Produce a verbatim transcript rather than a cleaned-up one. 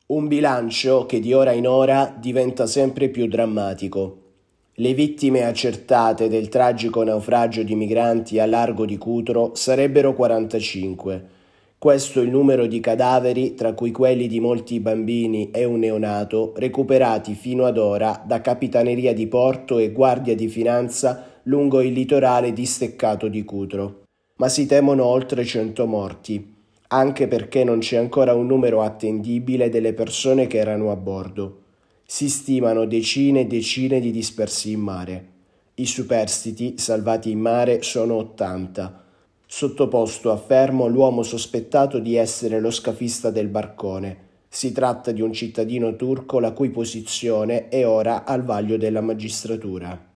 Un bilancio che di ora in ora diventa sempre più drammatico. Le vittime accertate del tragico naufragio di migranti a largo di Cutro sarebbero quarantacinque. Questo è il numero di cadaveri, tra cui quelli di molti bambini e un neonato, recuperati fino ad ora da Capitaneria di Porto e Guardia di Finanza lungo il litorale disteccato di Cutro. Ma si temono oltre cento morti, anche perché non c'è ancora un numero attendibile delle persone che erano a bordo. Si stimano decine e decine di dispersi in mare. I superstiti salvati in mare sono ottanta. Sottoposto a fermo l'uomo sospettato di essere lo scafista del barcone. Si tratta di un cittadino turco la cui posizione è ora al vaglio della magistratura.